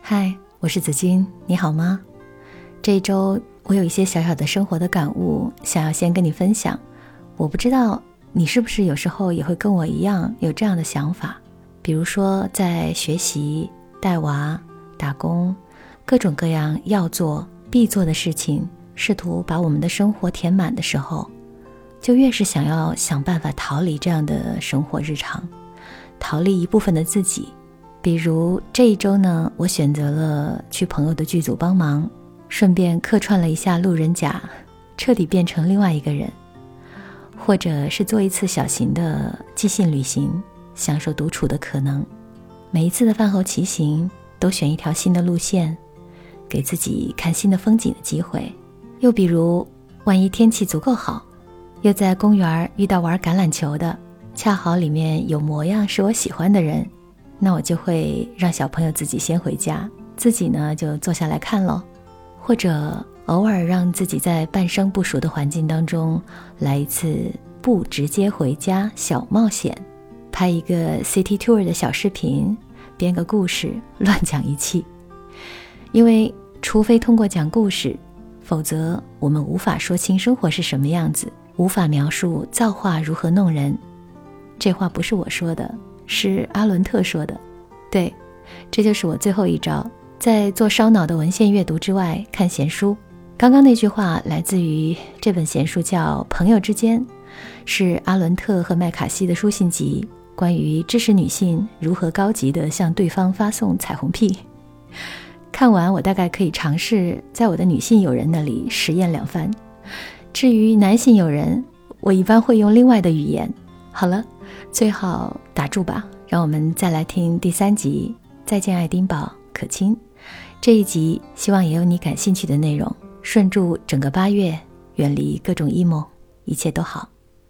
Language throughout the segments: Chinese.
嗨，我是子君，你好吗？这一周我有一些小小的生活的感悟，想要先跟你分享。我不知道你是不是有时候也会跟我一样有这样的想法，比如说在学习、带娃、打工，各种各样要做、必做的事情，试图把我们的生活填满的时候，就越是想要想办法逃离这样的生活日常，逃离一部分的自己。比如这一周呢，我选择了去朋友的剧组帮忙，顺便客串了一下路人甲，彻底变成另外一个人。或者是做一次小型的即兴旅行，享受独处的可能。每一次的饭后骑行都选一条新的路线，给自己看新的风景的机会。又比如万一天气足够好，又在公园遇到玩橄榄球的，恰好里面有模样是我喜欢的人，那我就会让小朋友自己先回家，自己呢就坐下来看咯。或者偶尔让自己在半生不熟的环境当中来一次不直接回家小冒险，拍一个 city tour 的小视频，编个故事，乱讲一气。因为除非通过讲故事，否则我们无法说清生活是什么样子，无法描述造化如何弄人。这话不是我说的，是阿伦特说的。对，这就是我最后一招，在做烧脑的文献阅读之外，看闲书。刚刚那句话来自于这本闲书叫《朋友之间》，是阿伦特和麦卡锡的书信集，关于知识女性如何高级地向对方发送彩虹屁。看完我大概可以尝试在我的女性友人那里实验2番，至于男性友人，我一般会用另外的语言。好了，最好打住吧，让我们再来听第3集，再见爱丁堡，可亲。这一集希望也有你感兴趣的内容，顺住整个8月，远离各种 emo， 一切都好。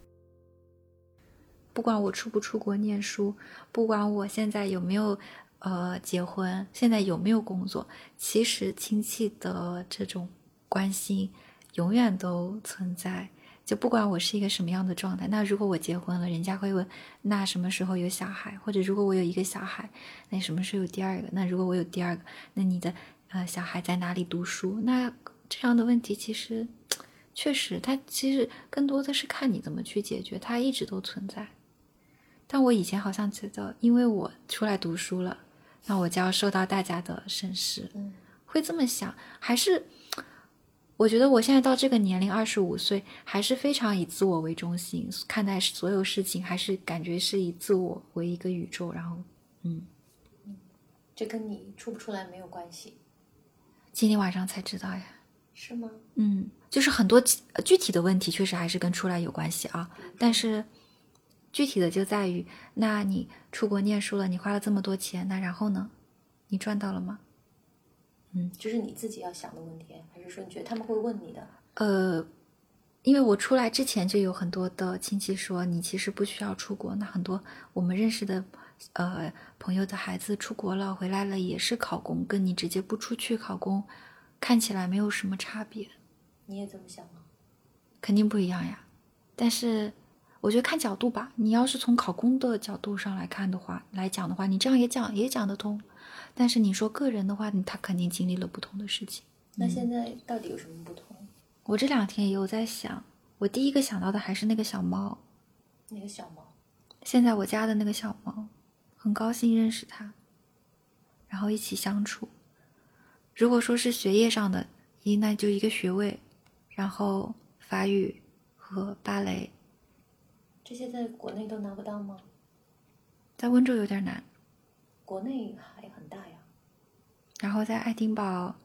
不管我出不出国念书，不管我现在有没有结婚，现在有没有工作，其实亲戚的这种关心永远都存在。就不管我是一个什么样的状态，那如果我结婚了，人家会问那什么时候有小孩，或者如果我有一个小孩，那什么时候有第2个，那如果我有第2个，那你的小孩在哪里读书？那这样的问题其实确实它其实更多的是看你怎么去解决，它一直都存在。但我以前好像觉得因为我出来读书了，那我就要受到大家的审视，会这么想。还是我觉得我现在到这个年龄25岁，还是非常以自我为中心看待所有事情，还是感觉是以自我为一个宇宙。然后这跟你出不出来没有关系。 今天晚上才知道呀。 是吗？ 就是很多具体的问题确实还是跟出来有关系啊，但是具体的就在于，那你出国念书了，你花了这么多钱，那然后呢？你赚到了吗？ 就是你自己要想的问题，还是说你觉得他们会问你的？ 因为我出来之前就有很多的亲戚说你其实不需要出国，那很多我们认识的朋友的孩子出国了回来了也是考公，跟你直接不出去考公看起来没有什么差别。 你也这么想吗？ 肯定不一样呀，但是我觉得看角度吧，你要是从考公的角度上来看的话，来讲的话，你这样也讲得通。但是你说个人的话，他肯定经历了不同的事情。 那现在到底有什么不同？ 我这2天也有在想，我第一个想到的还是那个小猫。 那个小猫？ 现在我家的那个小猫，很高兴认识它，然后一起相处。如果说是学业上的，那就一个学位，然后法语和芭蕾。 这些在国内都拿不到吗？ 在温州有点难， 国内还很大呀。 然后在爱丁堡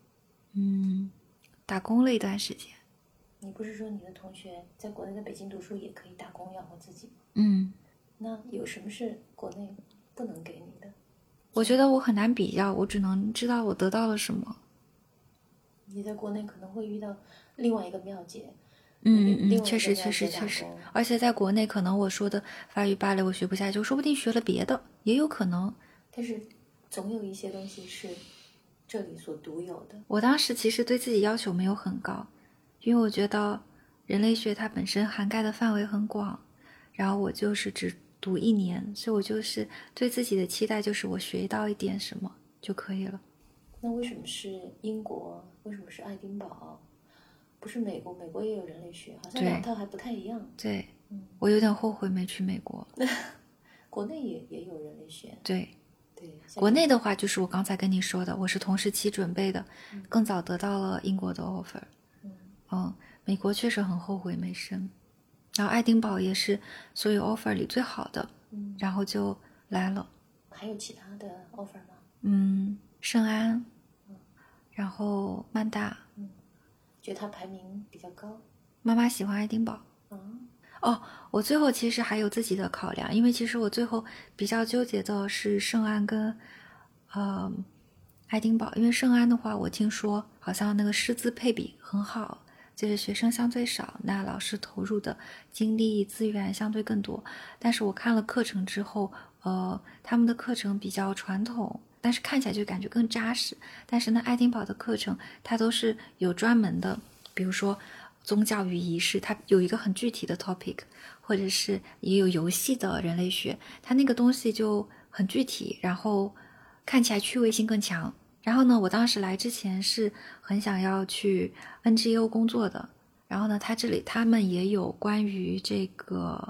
打工了一段时间。 你不是说你的同学在国内在北京读书也可以打工养活自己吗？那有什么是国内不能给你的？ 我觉得我很难比较，我只能知道我得到了什么。 你在国内可能会遇到另外一个妙姐。 确实，而且在国内可能我说的法语芭蕾我学不下去，说不定学了别的也有可能。 但是总有一些东西是这里所独有的。 我当时其实对自己要求没有很高，因为我觉得人类学它本身涵盖的范围很广，然后我就是只读1年，所以我就是对自己的期待就是我学到一点什么就可以了。 那为什么是英国？为什么是爱丁堡？不是美国？美国也有人类学，好像两套还不太一样。 对，我有点后悔没去美国。 国内也有人类学。 对， 对， 国内的话就是我刚才跟你说的，我是同时期准备的，更早得到了英国的 offer。美国确实很后悔没申，然后爱丁堡也是所有 offer 里最好的，然后就来了。 还有其他的 offer 吗？ 圣安，然后曼大。 觉得它排名比较高。 妈妈喜欢爱丁堡。我最后其实还有自己的考量，因为其实我最后比较纠结的是圣安跟爱丁堡，因为圣安的话，我听说好像那个师资配比很好，就是学生相对少，那老师投入的精力资源相对更多。但是我看了课程之后，他们的课程比较传统，但是看起来就感觉更扎实。但是呢，爱丁堡的课程它都是有专门的，比如说宗教与仪式，它有一个很具体的 topic， 或者是也有游戏的人类学，它那个东西就很具体，然后看起来趣味性更强。然后呢，我当时来之前是很想要去 NGO 工作的，然后呢，他们也有关于这个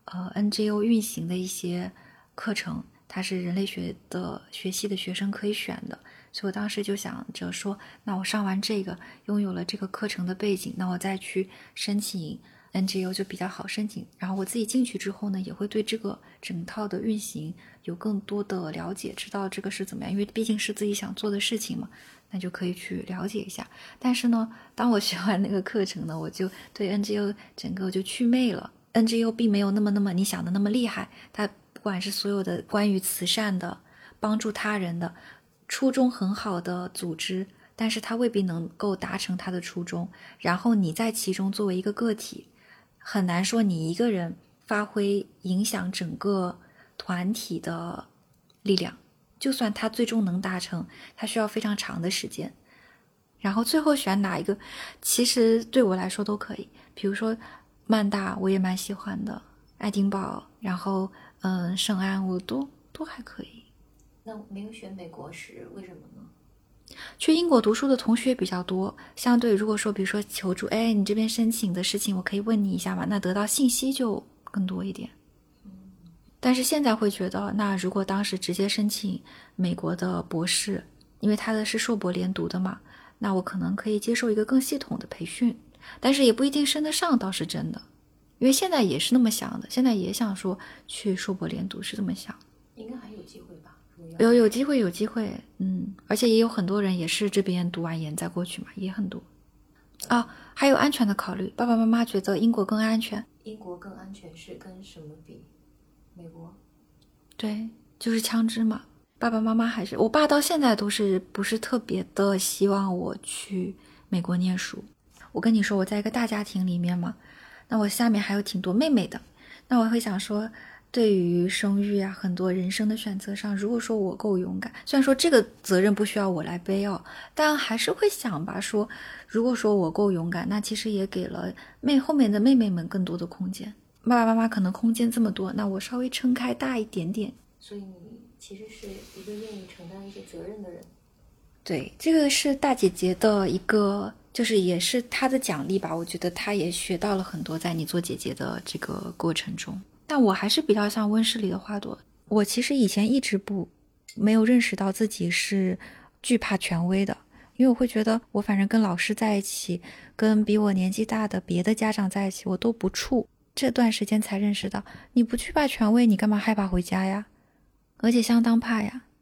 NGO 运行的一些课程，它是人类学的学系的学生可以选的，所以我当时就想着说，那我上完这个，拥有了这个课程的背景，那我再去申请 NGO 就比较好申请。然后我自己进去之后呢，也会对这个整套的运行有更多的了解，知道这个是怎么样，因为毕竟是自己想做的事情嘛，那就可以去了解一下。但是呢，当我学完那个课程呢，我就对 NGO 整个就祛魅了。NGO 并没有那么你想的那么厉害，它不管是所有的关于慈善的、帮助他人的、初衷很好的组织，但是它未必能够达成它的初衷。然后你在其中作为一个个体，很难说你一个人发挥影响整个团体的力量。就算它最终能达成，它需要非常长的时间。然后最后选哪一个，其实对我来说都可以。比如说曼大我也蛮喜欢的，爱丁堡，然后圣安我都还可以。 那没有选美国是为什么呢？ 去英国读书的同学比较多，相对如果说比如说求助，你这边申请的事情我可以问你一下嘛，那得到信息就更多一点。但是现在会觉得，那如果当时直接申请美国的博士，因为他的是硕博连读的嘛，那我可能可以接受一个更系统的培训，但是也不一定升得上，倒是真的。因为现在也是那么想的，现在也想说去硕博连读，是这么想。 应该还有机会吧？ 有机会，而且也有很多人也是这边读完研再过去嘛，也很多。还有安全的考虑，爸爸妈妈觉得英国更安全。 英国更安全是跟什么比？美国？ 对，就是枪支嘛。爸爸妈妈还是我爸到现在都是不是特别的希望我去美国念书。我跟你说我在一个大家庭里面嘛，那我下面还有挺多妹妹的，那我会想说对于生育啊很多人生的选择上，如果说我够勇敢，虽然说这个责任不需要我来背但还是会想吧，说如果说我够勇敢，那其实也给了后面的妹妹们更多的空间。爸爸妈妈可能空间这么多，那我稍微撑开大一点点。 所以你其实是一个愿意承担一些责任的人。 对，这个是大姐姐的一个，就是也是她的奖励吧。我觉得她也学到了很多在你做姐姐的这个过程中。但我还是比较像温室里的花朵。我其实以前一直没有认识到自己是惧怕权威的，因为我会觉得我反正跟老师在一起，跟比我年纪大的别的家长在一起，我都不怵。这段时间才认识到，你不惧怕权威，你干嘛害怕回家呀？而且相当怕呀。